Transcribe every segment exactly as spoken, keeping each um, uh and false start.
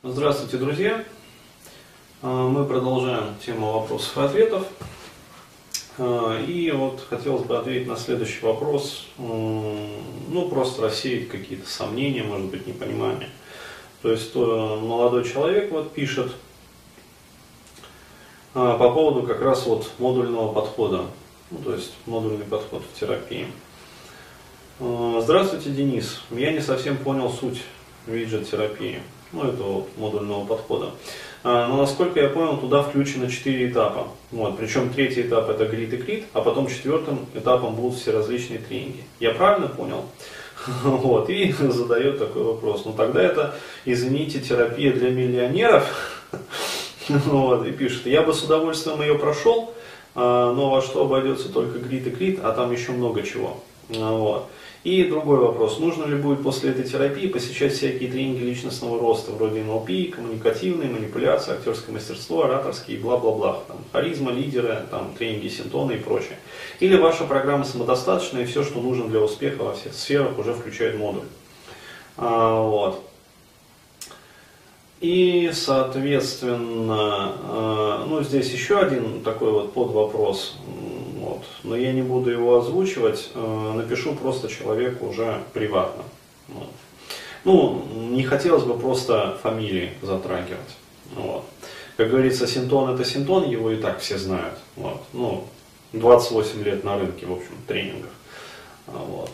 Здравствуйте, друзья! Мы продолжаем тему вопросов и ответов. И вот хотелось бы ответить на следующий вопрос, ну просто рассеять какие-то сомнения, может быть, непонимание. То есть молодой человек вот пишет по поводу как раз вот модульного подхода, ну, то есть модульный подход в терапии. Здравствуйте, Денис. Я не совсем понял суть виджет-терапии, ну это вот модульного подхода. Но насколько я понял, туда включено четыре этапа. Вот, причем третий этап это грид и крит, а потом четвертым этапом будут все различные тренинги. Я правильно понял? Вот, и задает такой вопрос. Ну тогда это, извините, терапия для миллионеров. Вот, и пишет, я бы с удовольствием ее прошел, но во что обойдется только грид и крит, а там еще много чего. Вот. И другой вопрос, нужно ли будет после этой терапии посещать всякие тренинги личностного роста, вроде эн эл пи, коммуникативные, манипуляции, актерское мастерство, ораторские, бла-бла-бла, там, харизма, лидеры, там, тренинги Синтона и прочее. Или ваша программа самодостаточна и все, что нужно для успеха во всех сферах, уже включает модуль. А, вот. И, соответственно, ну, здесь еще один такой вот подвопрос. Вот. Но я не буду его озвучивать, напишу просто человеку уже приватно. Вот. Ну, не хотелось бы просто фамилии затрагивать. Вот. Как говорится, Синтон это Синтон, его и так все знают. Вот. Ну, двадцать восемь лет на рынке, в общем, тренингов. Вот.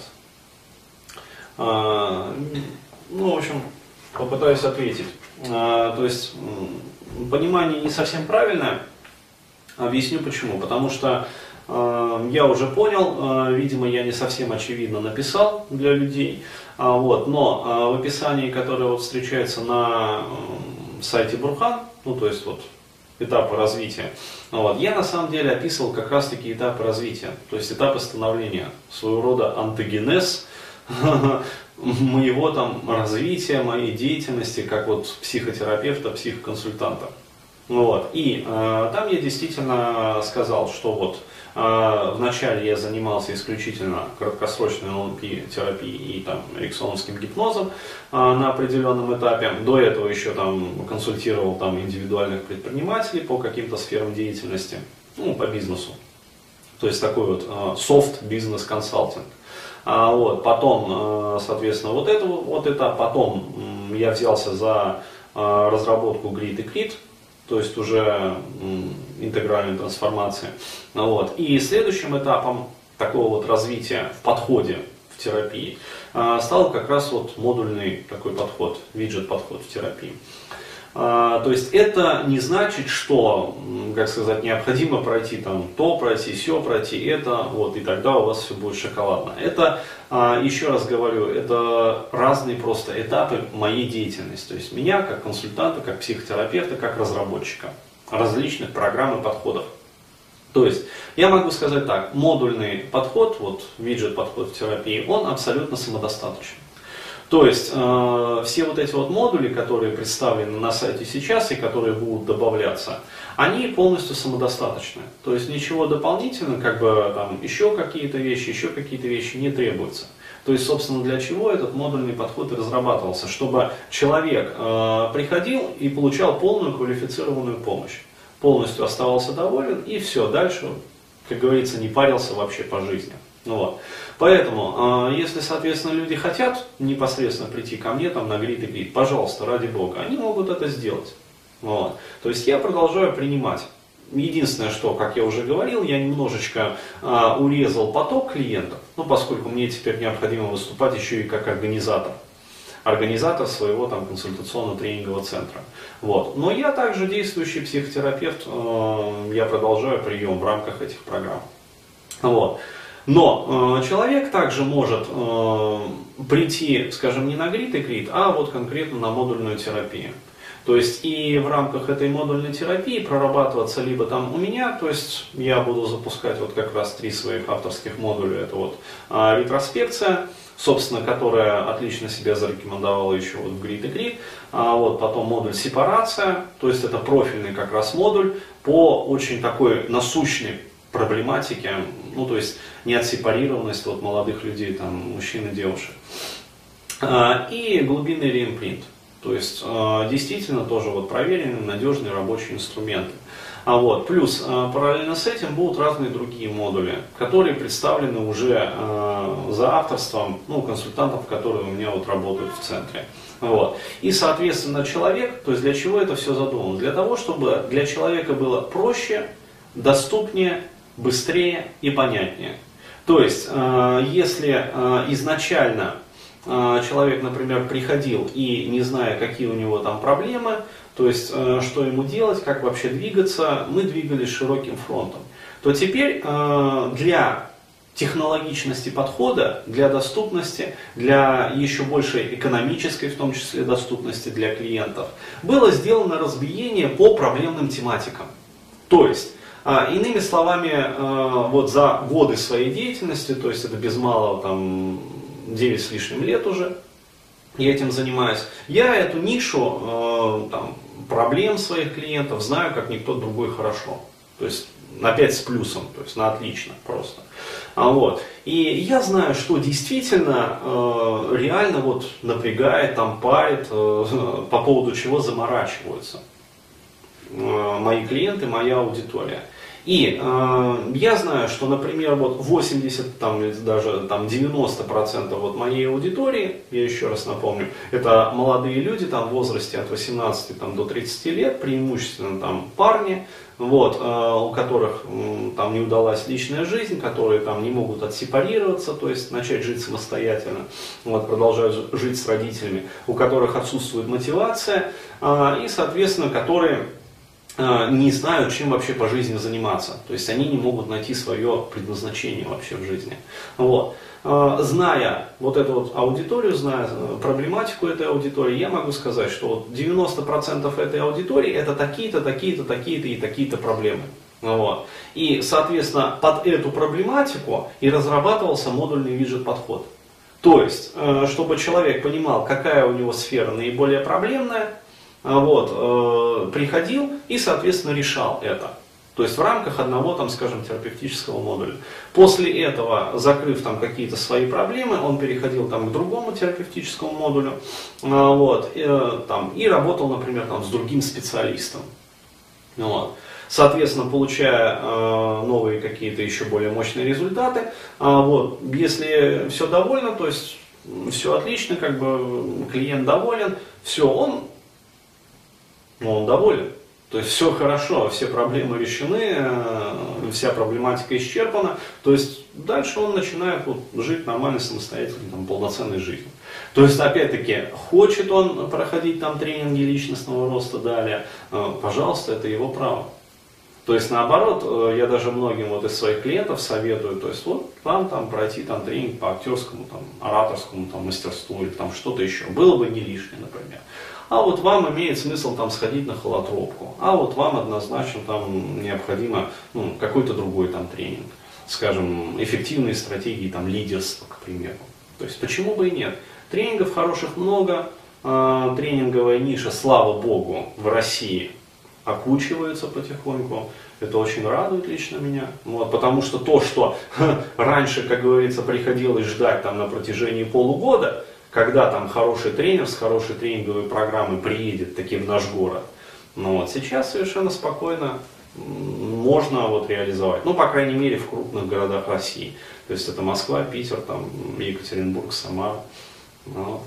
А, ну, в общем, попытаюсь ответить. А, то есть, понимание не совсем правильное. Объясню почему. Потому что я уже понял, видимо, я не совсем очевидно написал для людей, вот, но в описании, которое вот встречается на сайте Бурхан, ну то есть вот этапы развития, вот, я на самом деле описывал как раз таки этапы развития, то есть этапы становления, своего рода антогенез моего там развития, моей деятельности, как вот психотерапевта, психоконсультанта. Вот. И э, там я действительно сказал, что вот э, вначале я занимался исключительно краткосрочной эн эл пи терапией и там эриксоновским гипнозом э, на определенном этапе. До этого еще там консультировал там индивидуальных предпринимателей по каким-то сферам деятельности, ну, по бизнесу. То есть такой вот э, софт бизнес консалтинг. А, вот. Потом, э, соответственно, вот это вот этап. Потом э, я взялся за э, разработку грид и крит. То есть уже интегральной трансформации. Вот. И следующим этапом такого вот развития в подходе в терапии стал как раз вот модульный такой подход, виджет-подход в терапии. То есть это не значит, что, как сказать, необходимо пройти там то, пройти сё, пройти это, вот, и тогда у вас все будет шоколадно. Это, еще раз говорю, это разные просто этапы моей деятельности. То есть меня как консультанта, как психотерапевта, как разработчика различных программ и подходов. То есть я могу сказать так, модульный подход, вот виджет-подход в терапии, он абсолютно самодостаточен. То есть э, все вот эти вот модули, которые представлены на сайте сейчас и которые будут добавляться, они полностью самодостаточны. То есть ничего дополнительного, как бы там еще какие-то вещи, еще какие-то вещи не требуются. То есть, собственно, для чего этот модульный подход и разрабатывался? Чтобы человек э, приходил и получал полную квалифицированную помощь. Полностью оставался доволен и все, дальше, как говорится, не парился вообще по жизни. Ну, вот. Поэтому, э, если, соответственно, люди хотят непосредственно прийти ко мне там, на грид и крит, пожалуйста, ради Бога, они могут это сделать. Вот. То есть я продолжаю принимать. Единственное, что, как я уже говорил, я немножечко э, урезал поток клиентов, ну, поскольку мне теперь необходимо выступать еще и как организатор. Организатор своего там, консультационно-тренингового центра. Вот. Но я также действующий психотерапевт, э, я продолжаю прием в рамках этих программ. Вот. Но э, человек также может э, прийти, скажем, не на грид и крит, а вот конкретно на модульную терапию. То есть и в рамках этой модульной терапии прорабатываться либо там у меня, то есть я буду запускать вот как раз три своих авторских модуля, это вот э, ретроспекция, собственно, которая отлично себя зарекомендовала еще вот в грид и крит, а вот потом модуль сепарация, то есть это профильный как раз модуль по очень такой насущной проблематике, ну то есть неотсепарированность вот, молодых людей, там, мужчин и девушек. И глубинный реимпринт. То есть э, действительно тоже вот проверенные, надежные рабочие инструменты. А вот, плюс э, параллельно с этим будут разные другие модули, которые представлены уже э, за авторством ну, консультантов, которые у меня вот работают в центре. Вот. И, соответственно, человек, то есть для чего это все задумано? Для того, чтобы для человека было проще, доступнее, быстрее и понятнее. То есть, э, если э, изначально э, человек, например, приходил и не зная, какие у него там проблемы, то есть, э, что ему делать, как вообще двигаться, мы двигались широким фронтом, то теперь э, для технологичности подхода, для доступности, для еще большей экономической, в том числе, доступности для клиентов, было сделано разбиение по проблемным тематикам. То есть, иными словами, вот за годы своей деятельности, то есть это без малого там девять с лишним лет уже, я этим занимаюсь, я эту нишу там, проблем своих клиентов знаю как никто другой хорошо. То есть на пять с плюсом, то есть на отлично просто. А вот. И я знаю, что действительно э, реально вот напрягает, там парит, э, по поводу чего заморачиваются э, мои клиенты, моя аудитория. И э, я знаю, что, например, вот восемьдесят, там, или даже там, девяносто процентов вот моей аудитории, я еще раз напомню, это молодые люди там, в возрасте от восемнадцати там, до тридцати лет, преимущественно там, парни, вот, э, у которых э, там, не удалась личная жизнь, которые там, не могут отсепарироваться, то есть начать жить самостоятельно, вот, продолжают жить с родителями, у которых отсутствует мотивация, э, и, соответственно, которые не знают, чем вообще по жизни заниматься. То есть они не могут найти свое предназначение вообще в жизни. Вот. Зная вот эту вот аудиторию, зная проблематику этой аудитории, я могу сказать, что вот девяносто процентов этой аудитории это такие-то, такие-то, такие-то и такие-то проблемы. Вот. И, соответственно, под эту проблематику и разрабатывался модульный виджет-подход. То есть, чтобы человек понимал, какая у него сфера наиболее проблемная, вот, э, приходил и, соответственно, решал это. То есть в рамках одного, там, скажем, терапевтического модуля. После этого, закрыв там какие-то свои проблемы, он переходил там, к другому терапевтическому модулю э, вот, э, там, и работал, например, там, с другим специалистом. Вот. Соответственно, получая э, новые какие-то еще более мощные результаты. А, вот, если все довольно, то есть все отлично, как бы клиент доволен, все, он Но он доволен. То есть все хорошо, все проблемы решены, вся проблематика исчерпана. То есть дальше он начинает вот, жить нормальной, самостоятельной, там, полноценной жизнью. То есть, опять-таки, хочет он проходить там тренинги личностного роста далее, пожалуйста, это его право. То есть, наоборот, я даже многим вот из своих клиентов советую, то есть, вот вам там пройти там тренинг по актерскому, там, ораторскому там, мастерству или там что-то еще. Было бы не лишнее, например. А вот вам имеет смысл там сходить на холотропку, а вот вам однозначно там необходимо ну, какой-то другой там тренинг, скажем, эффективные стратегии там лидерства, к примеру. То есть почему бы и нет? Тренингов хороших много, э, тренинговая ниша, слава богу, в России окучивается потихоньку. Это очень радует лично меня, вот, потому что то, что раньше, как говорится, приходилось ждать там на протяжении полугода, когда там хороший тренер с хорошей тренинговой программой приедет таки в наш город, ну вот, сейчас совершенно спокойно можно вот реализовать, ну, по крайней мере, в крупных городах России. То есть это Москва, Питер, там, Екатеринбург, Самара. Вот.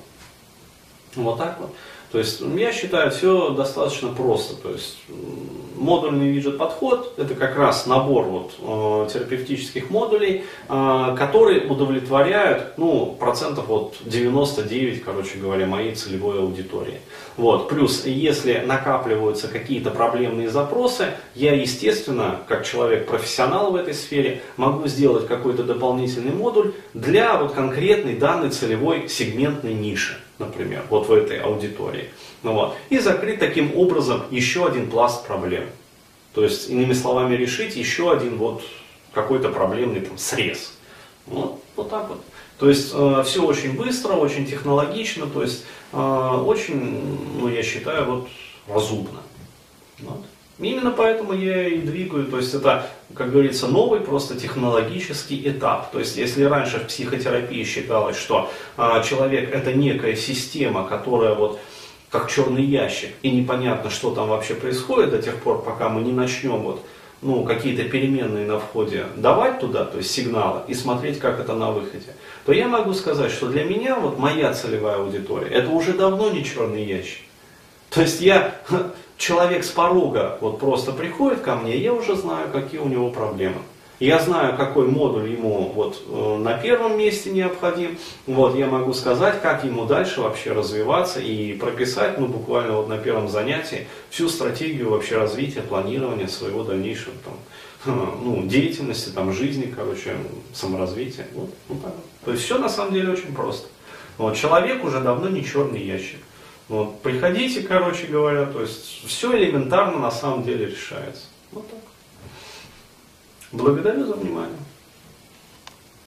Вот так вот. То есть я считаю, все достаточно просто. То есть модульный виджет-подход это как раз набор вот, э, терапевтических модулей, э, которые удовлетворяют ну, процентов вот, девяносто девять, короче говоря, моей целевой аудитории. Вот. Плюс, если накапливаются какие-то проблемные запросы, я, естественно, как человек-профессионал в этой сфере, могу сделать какой-то дополнительный модуль для вот, конкретной данной целевой сегментной ниши. Например, вот в этой аудитории. Ну, вот. И закрыть таким образом еще один пласт проблем. То есть, иными словами, решить еще один вот какой-то проблемный там, срез. Вот, вот так вот. То есть, э, все очень быстро, очень технологично, то есть, э, очень, ну, я считаю, вот, разумно. Вот. Именно поэтому я и двигаю, то есть это, как говорится, новый просто технологический этап. То есть если раньше в психотерапии считалось, что а, человек это некая система, которая вот как черный ящик, и непонятно, что там вообще происходит до тех пор, пока мы не начнем вот, ну, какие-то переменные на входе давать туда, то есть сигналы, и смотреть, как это на выходе, то я могу сказать, что для меня вот моя целевая аудитория, это уже давно не черный ящик. То есть я, человек с порога вот просто приходит ко мне, я уже знаю, какие у него проблемы. Я знаю, какой модуль ему вот, э, на первом месте необходим. Вот, я могу сказать, как ему дальше вообще развиваться и прописать, ну, буквально вот на первом занятии всю стратегию вообще развития, планирования своего дальнейшего там, ну, деятельности, там, жизни, короче, саморазвития. Вот, вот так вот. То есть все на самом деле очень просто. Вот, человек уже давно не черный ящик. Вот, приходите, короче говоря, то есть все элементарно на самом деле решается. Вот так. Благодарю за внимание.